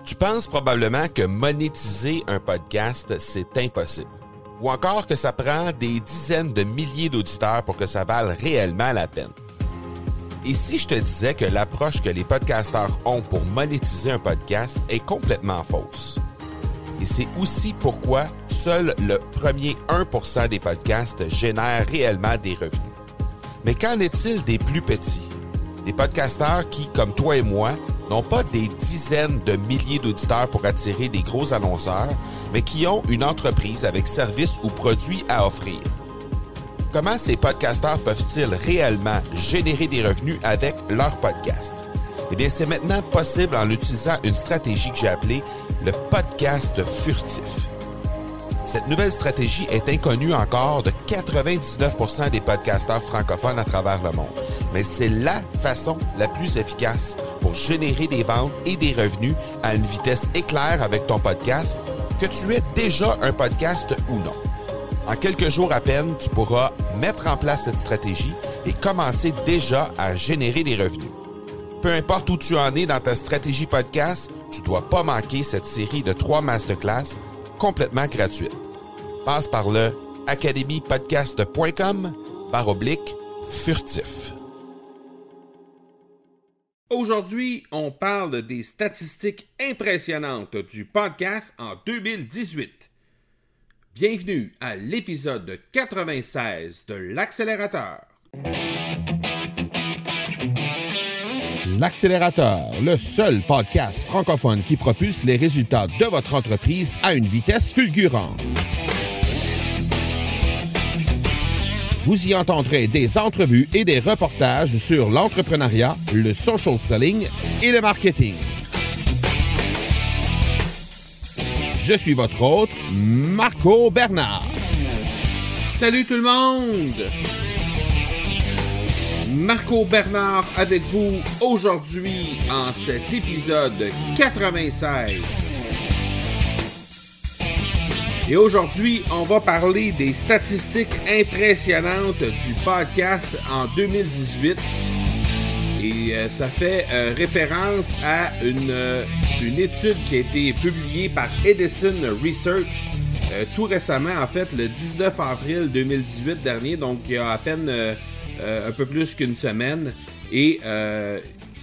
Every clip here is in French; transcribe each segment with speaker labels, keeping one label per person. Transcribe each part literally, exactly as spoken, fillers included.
Speaker 1: Tu penses probablement que monétiser un podcast, c'est impossible. Ou encore que ça prend des dizaines de milliers d'auditeurs pour que ça vale réellement la peine. Et si je te disais que l'approche que les podcasteurs ont pour monétiser un podcast est complètement fausse? Et c'est aussi pourquoi seul le premier un pour cent des podcasts génèrent réellement des revenus. Mais qu'en est-il des plus petits? Des podcasteurs qui, comme toi et moi, n'ont pas des dizaines de milliers d'auditeurs pour attirer des gros annonceurs, mais qui ont une entreprise avec services ou produits à offrir. Comment ces podcasteurs peuvent-ils réellement générer des revenus avec leur podcast? Eh bien, c'est maintenant possible en utilisant une stratégie que j'ai appelée le podcast furtif. Cette nouvelle stratégie est inconnue encore de quatre-vingt-dix-neuf pour cent des podcasteurs francophones à travers le monde. Mais c'est la façon la plus efficace pour générer des ventes et des revenus à une vitesse éclair avec ton podcast, que tu aies déjà un podcast ou non. En quelques jours à peine, tu pourras mettre en place cette stratégie et commencer déjà à générer des revenus. Peu importe où tu en es dans ta stratégie podcast, tu ne dois pas manquer cette série de trois masterclass complètement gratuite. Passe par le academy podcast point com barre oblique furtif.
Speaker 2: Aujourd'hui, on parle des statistiques impressionnantes du podcast en deux mille dix-huit. Bienvenue à l'épisode quatre-vingt-seize de l'Accélérateur.
Speaker 3: L'Accélérateur, le seul podcast francophone qui propulse les résultats de votre entreprise à une vitesse fulgurante. Vous y entendrez des entrevues et des reportages sur l'entrepreneuriat, le social selling et le marketing. Je suis votre hôte, Marco Bernard.
Speaker 2: Salut tout le monde! Marco Bernard avec vous aujourd'hui en cet épisode quatre-vingt-seize. Et aujourd'hui, on va parler des statistiques impressionnantes du podcast en deux mille dix-huit. Et euh, ça fait euh, référence à une, euh, une étude qui a été publiée par Edison Research euh, tout récemment, en fait, le dix-neuf avril deux mille dix-huit dernier, donc il y a à peine euh, euh, un peu plus qu'une semaine. Et euh,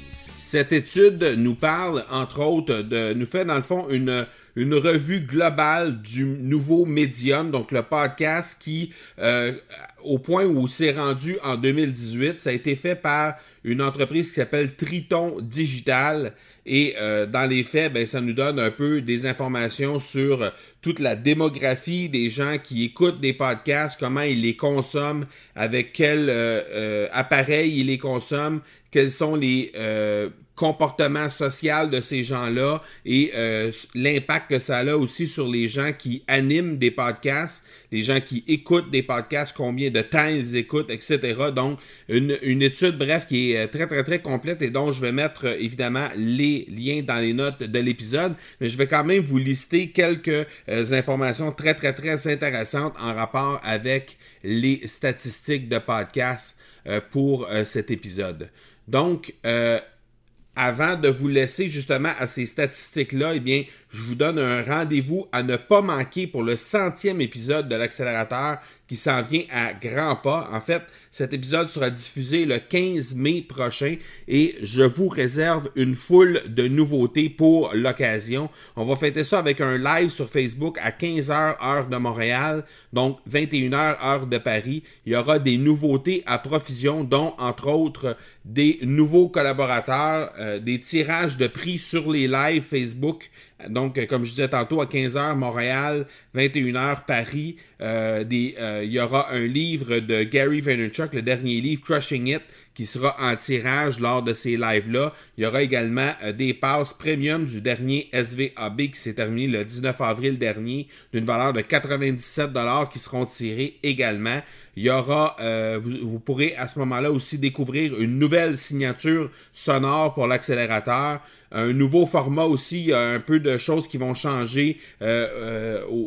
Speaker 2: cette étude nous parle, entre autres, de nous fait dans le fond une... une revue globale du nouveau médium, donc le podcast qui, euh, au point où c'est rendu en deux mille dix-huit, ça a été fait par une entreprise qui s'appelle Triton Digital. Et euh, dans les faits, ben, ça nous donne un peu des informations sur euh, toute la démographie des gens qui écoutent des podcasts, comment ils les consomment, avec quel euh, euh, appareil ils les consomment, quels sont les euh, comportements sociaux de ces gens-là et euh, l'impact que ça a aussi sur les gens qui animent des podcasts, les gens qui écoutent des podcasts, combien de temps ils écoutent, et cetera. Donc, une, une étude, bref, qui est très, très, très complète et dont je vais mettre, euh, évidemment, les liens dans les notes de l'épisode, mais je vais quand même vous lister quelques euh, informations très, très, très intéressantes en rapport avec les statistiques de podcasts euh, pour euh, cet épisode. Donc, euh, avant de vous laisser justement à ces statistiques-là, eh bien, je vous donne un rendez-vous à ne pas manquer pour le centième épisode de l'Accélérateur qui s'en vient à grands pas. En fait, cet épisode sera diffusé le quinze mai prochain et je vous réserve une foule de nouveautés pour l'occasion. On va fêter ça avec un live sur Facebook à quinze heures heure de Montréal, donc vingt et une heures heure de Paris. Il y aura des nouveautés à profusion, dont entre autres des nouveaux collaborateurs, euh, des tirages de prix sur les lives Facebook. Donc, comme je disais tantôt, à quinze heures Montréal, vingt et une heures Paris, euh, des, euh, il y aura un livre de Gary Vaynerchuk, le dernier livre, Crushing It, qui sera en tirage lors de ces lives-là. Il y aura également euh, des passes premium du dernier S V A B qui s'est terminé le dix-neuf avril dernier, d'une valeur de quatre-vingt-dix-sept dollars qui seront tirés également. Il y aura, euh, vous, vous pourrez à ce moment-là aussi découvrir une nouvelle signature sonore pour l'accélérateur. Un nouveau format aussi, il y a un peu de choses qui vont changer euh, euh, au,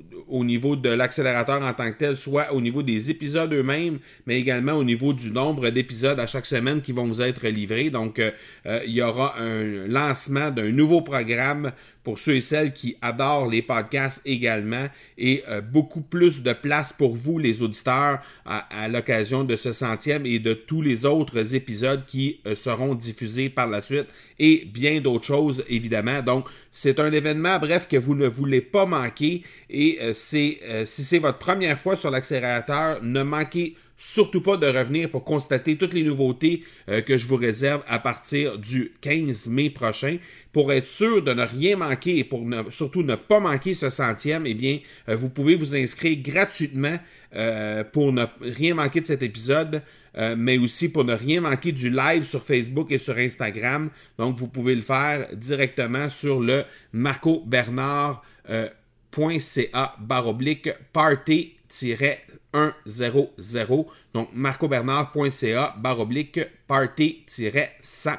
Speaker 2: au niveau de l'accélérateur en tant que tel, soit au niveau des épisodes eux-mêmes, mais également au niveau du nombre d'épisodes à chaque semaine qui vont vous être livrés. Donc, euh, euh, il y aura un lancement d'un nouveau programme pour ceux et celles qui adorent les podcasts également, et euh, beaucoup plus de place pour vous, les auditeurs, à, à l'occasion de ce centième et de tous les autres épisodes qui euh, seront diffusés par la suite, et bien d'autres choses, évidemment. Donc, c'est un événement, bref, que vous ne voulez pas manquer, et euh, c'est, euh, si c'est votre première fois sur l'accélérateur, ne manquez surtout pas de revenir pour constater toutes les nouveautés euh, que je vous réserve à partir du quinze mai prochain. Pour être sûr de ne rien manquer et pour ne, surtout ne pas manquer ce centième, eh bien, euh, vous pouvez vous inscrire gratuitement euh, pour ne rien manquer de cet épisode, euh, mais aussi pour ne rien manquer du live sur Facebook et sur Instagram. Donc, vous pouvez le faire directement sur le marcobernard point c a barre oblique party un zéro zéro, donc marcobernard point c a barre oblique party cent.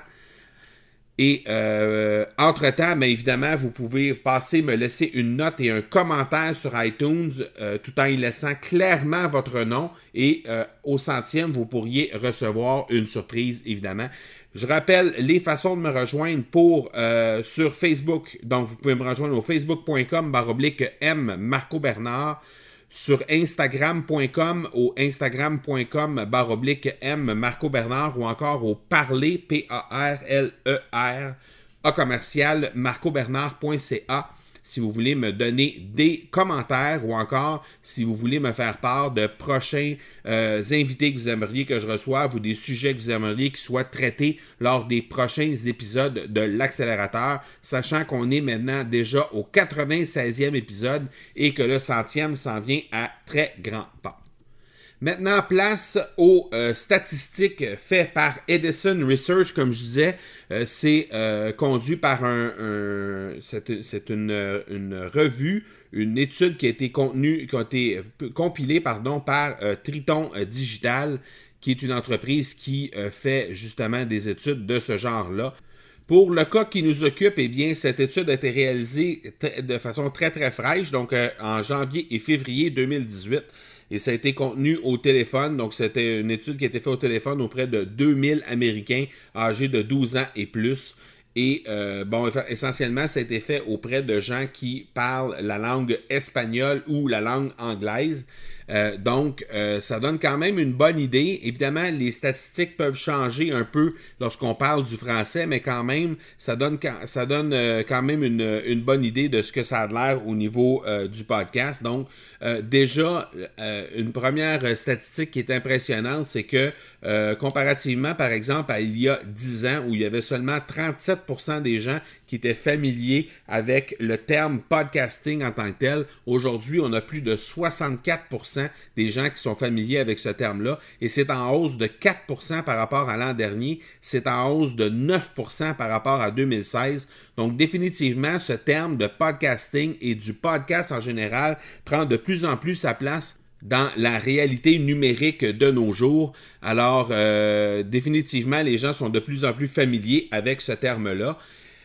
Speaker 2: Et euh, entre-temps, bien évidemment, vous pouvez passer, me laisser une note et un commentaire sur iTunes, euh, tout en y laissant clairement votre nom. Et euh, au centième, vous pourriez recevoir une surprise, évidemment. Je rappelle les façons de me rejoindre pour euh, sur Facebook. Donc, vous pouvez me rejoindre au facebook point com barre oblique M marcobernard. Sur instagram point com, au instagram point com barre oblique M marcobernard, ou encore au parler, P A R L E R, A commercial, marcobernard point c a, si vous voulez me donner des commentaires, ou encore si vous voulez me faire part de prochains euh, invités que vous aimeriez que je reçoive, ou des sujets que vous aimeriez qui soient traités lors des prochains épisodes de l'accélérateur, sachant qu'on est maintenant déjà au quatre-vingt-seizième épisode et que le centième s'en vient à très grand pas. Maintenant, place aux euh, statistiques faites par Edison Research. Comme je disais, euh, c'est euh, conduit par un... un c'est, c'est une, une revue, une étude qui a été contenue, qui a été compilée pardon, par euh, Triton euh, Digital, qui est une entreprise qui euh, fait justement des études de ce genre-là. Pour le cas qui nous occupe, eh bien, cette étude a été réalisée t- de façon très très fraîche, donc euh, en janvier et février deux mille dix-huit. Et ça a été contenu au téléphone. Donc, c'était une étude qui a été faite au téléphone auprès de deux mille Américains âgés de douze ans et plus. Et, euh, bon, essentiellement, ça a été fait auprès de gens qui parlent la langue espagnole ou la langue anglaise. Euh, donc, euh, ça donne quand même une bonne idée. Évidemment, les statistiques peuvent changer un peu lorsqu'on parle du français, mais quand même, ça donne, ça donne euh, quand même une, une bonne idée de ce que ça a l'air au niveau euh, du podcast. Donc, euh, déjà, euh, une première statistique qui est impressionnante, c'est que euh, comparativement, par exemple, à il y a dix ans, où il y avait seulement trente-sept pour cent des gens qui étaient familiers avec le terme podcasting en tant que tel, aujourd'hui, on a plus de soixante-quatre pour cent des gens qui sont familiers avec ce terme-là, et c'est en hausse de quatre pour cent par rapport à l'an dernier, c'est en hausse de neuf pour cent par rapport à deux mille seize. Donc définitivement, ce terme de podcasting et du podcast en général prend de plus en plus sa place dans la réalité numérique de nos jours. Alors, euh, définitivement, les gens sont de plus en plus familiers avec ce terme-là.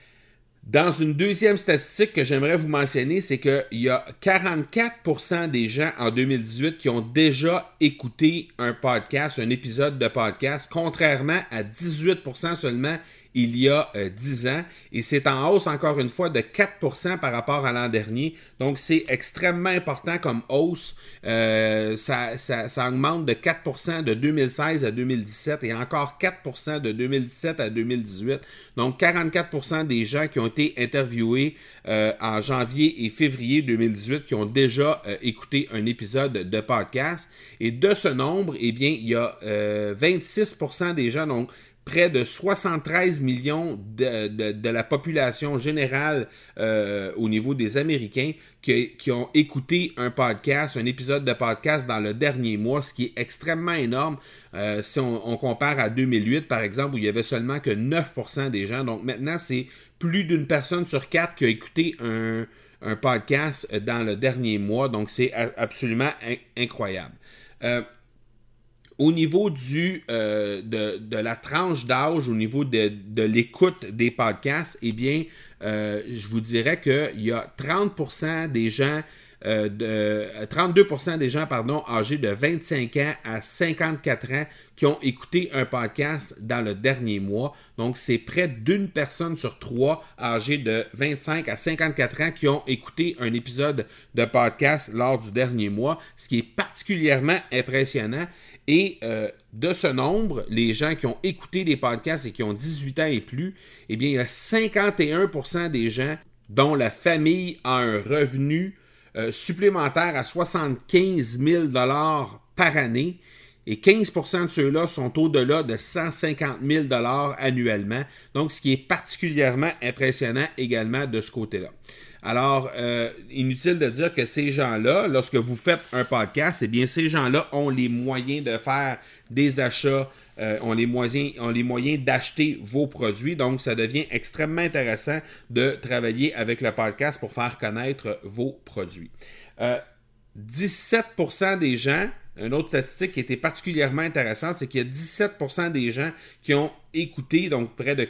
Speaker 2: Dans une deuxième statistique que j'aimerais vous mentionner, c'est qu'il y a quarante-quatre pour cent des gens en deux mille dix-huit qui ont déjà écouté un podcast, un épisode de podcast, contrairement à dix-huit pour cent seulement il y a euh, dix ans, et c'est en hausse encore une fois de quatre pour cent par rapport à l'an dernier. Donc c'est extrêmement important comme hausse. Euh, ça, ça, ça augmente de quatre pour cent de deux mille seize à deux mille dix-sept et encore quatre pour cent de deux mille dix-sept à deux mille dix-huit. Donc quarante-quatre pour cent des gens qui ont été interviewés euh, en janvier et février deux mille dix-huit qui ont déjà euh, écouté un épisode de podcast. Et de ce nombre, eh bien, il y a euh, vingt-six pour cent des gens, donc près de soixante-treize millions de, de, de la population générale euh, au niveau des Américains qui, qui ont écouté un podcast, un épisode de podcast dans le dernier mois, ce qui est extrêmement énorme. Euh, si on, on compare à deux mille huit, par exemple, où il y avait seulement que neuf pour cent des gens. Donc maintenant, c'est plus d'une personne sur quatre qui a écouté un, un podcast dans le dernier mois. Donc c'est absolument in- incroyable. Euh, Au niveau du, euh, de, de la tranche d'âge, au niveau de, de l'écoute des podcasts, eh bien, euh, je vous dirais qu'il y a trente pour cent des gens euh, de, trente-deux pour cent des gens pardon, âgés de vingt-cinq ans à cinquante-quatre ans qui ont écouté un podcast dans le dernier mois. Donc, c'est près d'une personne sur trois âgée de vingt-cinq à cinquante-quatre ans qui ont écouté un épisode de podcast lors du dernier mois, ce qui est particulièrement impressionnant. Et euh, de ce nombre, les gens qui ont écouté des podcasts et qui ont dix-huit ans et plus, eh bien, il y a cinquante et un pour cent des gens dont la famille a un revenu euh, supplémentaire à soixante-quinze mille dollars par année. Et quinze pour cent de ceux-là sont au-delà de cent cinquante mille dollars annuellement. Donc, ce qui est particulièrement impressionnant également de ce côté-là. Alors, euh, inutile de dire que ces gens-là, lorsque vous faites un podcast, eh bien, ces gens-là ont les moyens de faire des achats, euh, ont les moyens, ont les moyens d'acheter vos produits. Donc, ça devient extrêmement intéressant de travailler avec le podcast pour faire connaître vos produits. Euh, dix-sept pour cent des gens, une autre statistique qui était particulièrement intéressante, c'est qu'il y a dix-sept pour cent des gens qui ont écouté, donc près de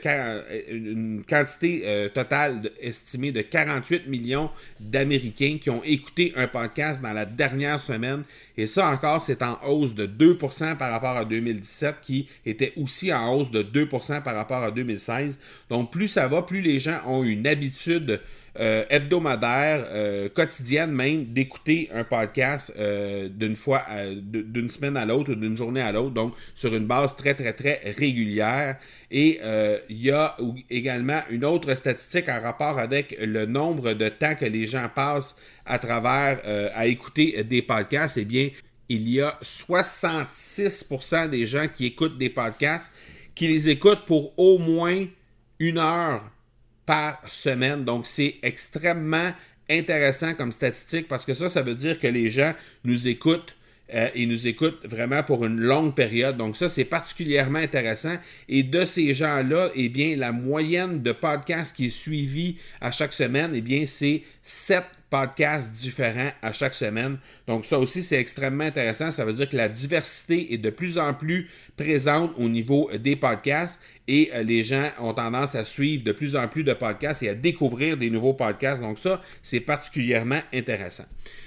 Speaker 2: une quantité euh, totale de, estimée de quarante-huit millions d'Américains qui ont écouté un podcast dans la dernière semaine. Et ça encore, c'est en hausse de deux pour cent par rapport à deux mille dix-sept, qui était aussi en hausse de deux pour cent par rapport à deux mille seize. Donc plus ça va, plus les gens ont une habitude Euh, hebdomadaire, euh, quotidienne même, d'écouter un podcast euh, d'une fois, à, d'une semaine à l'autre ou d'une journée à l'autre, donc sur une base très très très régulière. Et euh, il y a également une autre statistique en rapport avec le nombre de temps que les gens passent à travers, euh, à écouter des podcasts. Eh bien, il y a soixante-six pour cent des gens qui écoutent des podcasts qui les écoutent pour au moins une heure par semaine. Donc, c'est extrêmement intéressant comme statistique parce que ça, ça veut dire que les gens nous écoutent euh, et nous écoutent vraiment pour une longue période. Donc, ça, c'est particulièrement intéressant. Et de ces gens-là, eh bien, la moyenne de podcasts qui est suivie à chaque semaine, eh bien, c'est sept podcasts différents à chaque semaine. Donc, ça aussi, c'est extrêmement intéressant. Ça veut dire que la diversité est de plus en plus présente au niveau des podcasts et euh, les gens ont tendance à suivre de plus en plus de podcasts et à découvrir des nouveaux podcasts. Donc, ça, c'est particulièrement intéressant.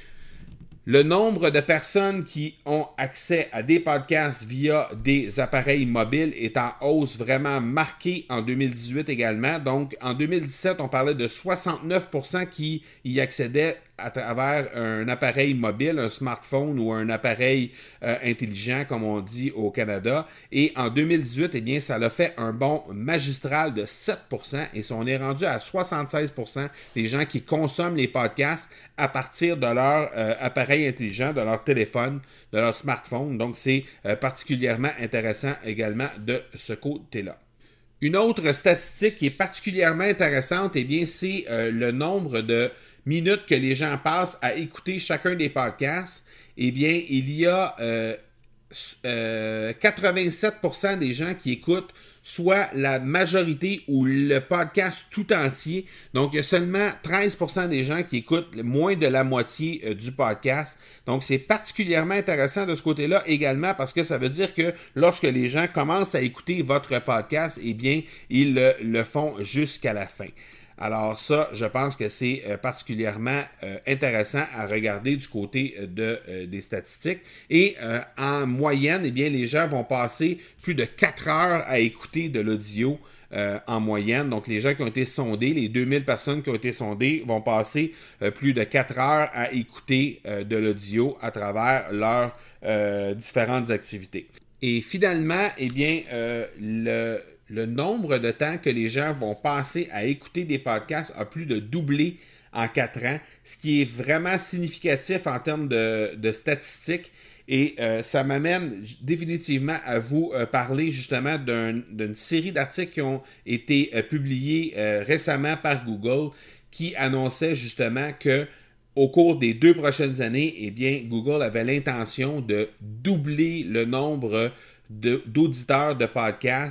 Speaker 2: Le nombre de personnes qui ont accès à des podcasts via des appareils mobiles est en hausse vraiment marquée en deux mille dix-huit également. Donc, en deux mille dix-sept, on parlait de soixante-neuf pour cent qui y accédaient à travers un appareil mobile, un smartphone ou un appareil euh, intelligent, comme on dit au Canada. Et en deux mille dix-huit, eh bien, ça a fait un bond magistral de sept pour cent et on est rendu à soixante-seize pour cent des gens qui consomment les podcasts à partir de leur euh, appareil intelligent, de leur téléphone, de leur smartphone. Donc, c'est euh, particulièrement intéressant également de ce côté-là. Une autre statistique qui est particulièrement intéressante, eh bien, c'est euh, le nombre de minutes que les gens passent à écouter chacun des podcasts. Eh bien, il y a euh, euh, quatre-vingt-sept pour cent des gens qui écoutent soit la majorité ou le podcast tout entier. Donc, il y a seulement treize pour cent des gens qui écoutent moins de la moitié euh, du podcast. Donc, c'est particulièrement intéressant de ce côté-là également parce que ça veut dire que lorsque les gens commencent à écouter votre podcast, eh bien, ils le, le font jusqu'à la fin. Alors ça, je pense que c'est euh, particulièrement euh, intéressant à regarder du côté euh, de, euh, des statistiques. Et euh, en moyenne, eh bien, les gens vont passer plus de quatre heures à écouter de l'audio euh, en moyenne. Donc, les gens qui ont été sondés, les deux mille personnes qui ont été sondées, vont passer euh, plus de quatre heures à écouter euh, de l'audio à travers leurs euh, différentes activités. Et finalement, eh bien, euh, le... Le nombre de temps que les gens vont passer à écouter des podcasts a plus de doublé en quatre ans, ce qui est vraiment significatif en termes de, de statistiques. Et euh, ça m'amène définitivement à vous euh, parler justement d'un, d'une série d'articles qui ont été euh, publiés euh, récemment par Google qui annonçaient justement que au cours des deux prochaines années, eh bien, Google avait l'intention de doubler le nombre de, d'auditeurs de podcasts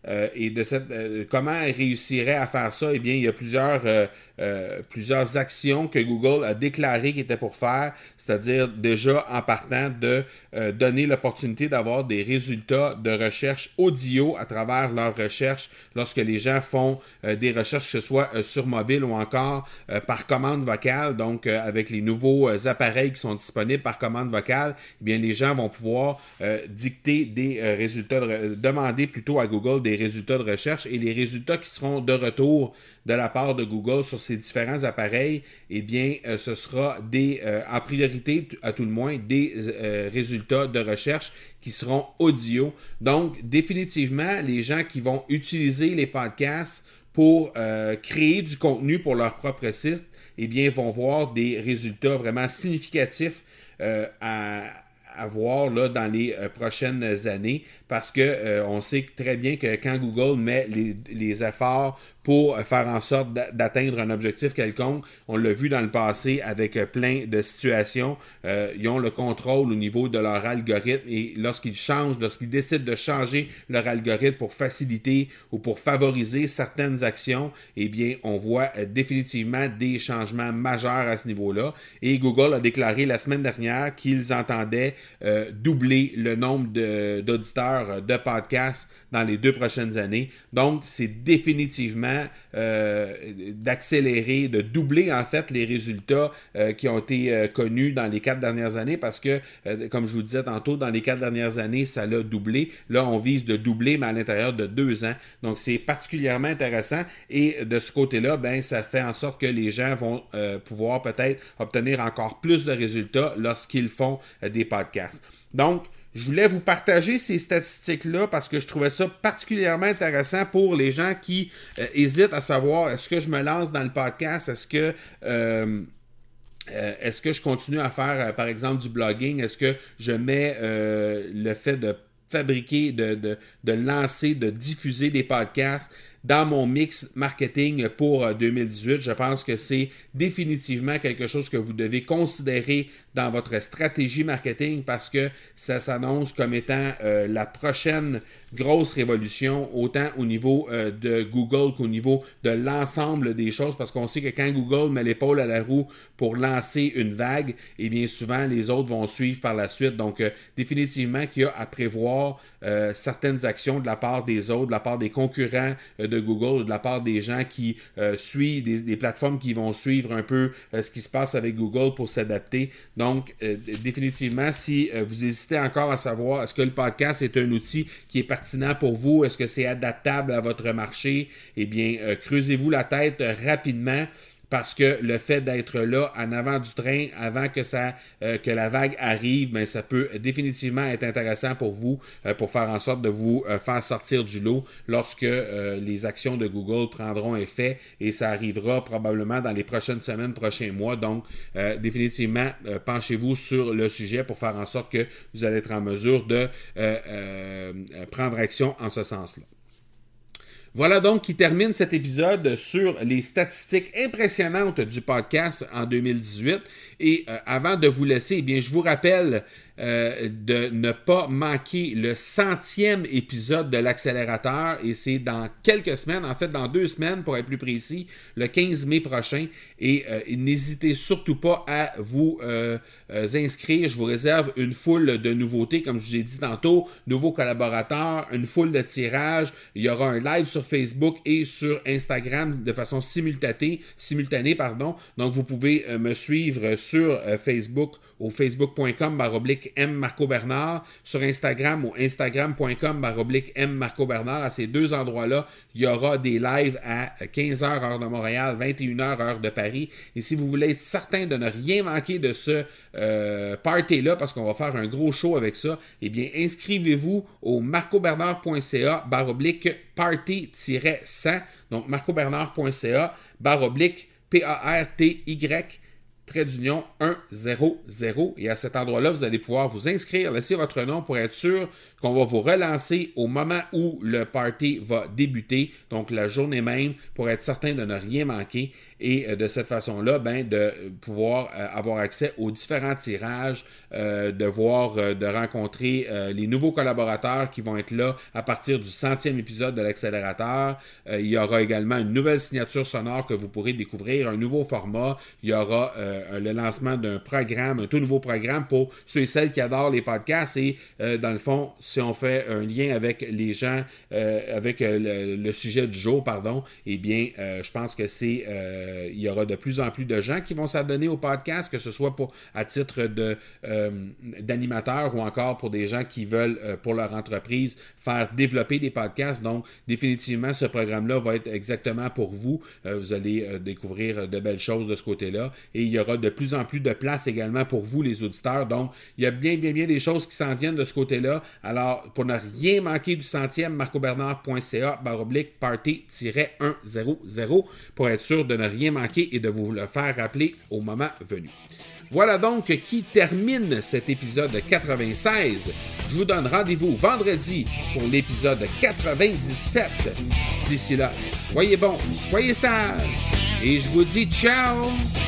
Speaker 2: euh, et de cette, euh, comment elle réussirait à faire ça, eh bien, il y a plusieurs, euh, euh, plusieurs actions que Google a déclarées qu'il était pour faire, c'est-à-dire déjà en partant de euh, donner l'opportunité d'avoir des résultats de recherche audio à travers leurs recherches lorsque les gens font euh, des recherches, que ce soit euh, sur mobile ou encore euh, par commande vocale, donc euh, avec les nouveaux euh, appareils qui sont disponibles par commande vocale, eh bien, les gens vont pouvoir euh, dicter des euh, résultats, de, demander plutôt à Google des résultats de recherche et les résultats qui seront de retour de la part de Google sur ces différents appareils, eh bien, euh, ce sera des, euh, en priorité, à tout le moins, des euh, résultats de recherche qui seront audio. Donc, définitivement, les gens qui vont utiliser les podcasts pour euh, créer du contenu pour leur propre site, eh bien, vont voir des résultats vraiment significatifs euh, à à voir là, dans les euh, prochaines années parce que euh, on sait très bien que quand Google met les, les efforts pour faire en sorte d'atteindre un objectif quelconque, on l'a vu dans le passé avec plein de situations, euh, ils ont le contrôle au niveau de leur algorithme et lorsqu'ils changent, lorsqu'ils décident de changer leur algorithme pour faciliter ou pour favoriser certaines actions, eh bien, on voit euh, définitivement des changements majeurs à ce niveau-là. Et Google a déclaré la semaine dernière qu'ils entendaient euh, doubler le nombre de, d'auditeurs de podcasts dans les deux prochaines années. Donc, c'est définitivement euh, d'accélérer, de doubler en fait les résultats euh, qui ont été euh, connus dans les quatre dernières années parce que, euh, comme je vous disais tantôt, dans les quatre dernières années, ça l'a doublé. Là, on vise de doubler, mais à l'intérieur de deux ans. Donc, c'est particulièrement intéressant et de ce côté-là, ben, ça fait en sorte que les gens vont euh, pouvoir peut-être obtenir encore plus de résultats lorsqu'ils font euh, des podcasts. Donc, je voulais vous partager ces statistiques-là parce que je trouvais ça particulièrement intéressant pour les gens qui euh, hésitent à savoir est-ce que je me lance dans le podcast, est-ce que euh, euh, est-ce que je continue à faire, euh, par exemple, du blogging, est-ce que je mets euh, le fait de fabriquer, de, de, de lancer, de diffuser des podcasts dans mon mix marketing pour deux mille dix-huit. Je pense que c'est définitivement quelque chose que vous devez considérer dans votre stratégie marketing parce que ça s'annonce comme étant euh, la prochaine grosse révolution, autant au niveau euh, de Google qu'au niveau de l'ensemble des choses, parce qu'on sait que quand Google met l'épaule à la roue pour lancer une vague, eh bien souvent les autres vont suivre par la suite. Donc euh, définitivement qu'il y a à prévoir euh, certaines actions de la part des autres, de la part des concurrents euh, de Google, de la part des gens qui euh, suivent, des, des plateformes qui vont suivre un peu euh, ce qui se passe avec Google pour s'adapter. Donc, euh, définitivement, si euh, vous hésitez encore à savoir est-ce que le podcast est un outil qui est pertinent pour vous, est-ce que c'est adaptable à votre marché, eh bien, euh, creusez-vous la tête euh, rapidement. Parce que le fait d'être là en avant du train, avant que ça, euh, que la vague arrive, ben, ça peut définitivement être intéressant pour vous, euh, pour faire en sorte de vous euh, faire sortir du lot lorsque euh, les actions de Google prendront effet et ça arrivera probablement dans les prochaines semaines, prochains mois. Donc, euh, définitivement, euh, penchez-vous sur le sujet pour faire en sorte que vous allez être en mesure de euh, euh, prendre action en ce sens-là. Voilà donc qui termine cet épisode sur les statistiques impressionnantes du podcast en deux mille dix-huit. Et euh, avant de vous laisser, eh bien, je vous rappelle euh, de ne pas manquer le centième épisode de l'accélérateur. Et c'est dans quelques semaines, en fait dans deux semaines pour être plus précis, le quinze mai prochain. Et euh, n'hésitez surtout pas à vous euh, euh, inscrire. Je vous réserve une foule de nouveautés, comme je vous ai dit tantôt, nouveaux collaborateurs, une foule de tirages. Il y aura un live sur Facebook et sur Instagram de façon simultanée, simultanée pardon. Donc, vous pouvez euh, me suivre sur euh, Facebook au facebook point com baroblique M Marco Bernard, sur Instagram au instagram point com baroblique M Marco Bernard. À ces deux endroits-là, il y aura des lives à quinze heures heure de Montréal, vingt et une heures heure de Paris. Et si vous voulez être certain de ne rien manquer de ce euh, party-là, parce qu'on va faire un gros show avec ça, eh bien, inscrivez-vous au marcobernard point c a baroblique party cent. Donc, marcobernard point c a baroblique P A R T Y trait d'union cent. Et à cet endroit-là, vous allez pouvoir vous inscrire, laisser votre nom pour être sûr qu'on va vous relancer au moment où le party va débuter, donc la journée même, pour être certain de ne rien manquer. Et euh, de cette façon-là, ben, de pouvoir euh, avoir accès aux différents tirages, euh, de voir, euh, de rencontrer euh, les nouveaux collaborateurs qui vont être là à partir du centième épisode de l'accélérateur. Euh, il y aura également une nouvelle signature sonore que vous pourrez découvrir, un nouveau format. Il y aura euh, le lancement d'un programme, un tout nouveau programme pour ceux et celles qui adorent les podcasts. Et euh, dans le fond, si on fait un lien avec les gens, euh, avec euh, le, le sujet du jour, pardon, eh bien, euh, je pense que c'est... Euh, il y aura de plus en plus de gens qui vont s'adonner au podcast, que ce soit pour, à titre de, euh, d'animateur ou encore pour des gens qui veulent, euh, pour leur entreprise, faire développer des podcasts. Donc, définitivement, ce programme-là va être exactement pour vous. Euh, vous allez euh, découvrir de belles choses de ce côté-là. Et il y aura de plus en plus de place également pour vous, les auditeurs. Donc, il y a bien, bien, bien des choses qui s'en viennent de ce côté-là. Alors, pour ne rien manquer du centième, marcobernard.ca baroblique party-cent pour être sûr de ne rien manquer et de vous le faire rappeler au moment venu. Voilà donc qui termine cet épisode quatre-vingt-seize. Je vous donne rendez-vous vendredi pour l'épisode quatre-vingt-dix-sept. D'ici là, soyez bons, soyez sages et je vous dis ciao!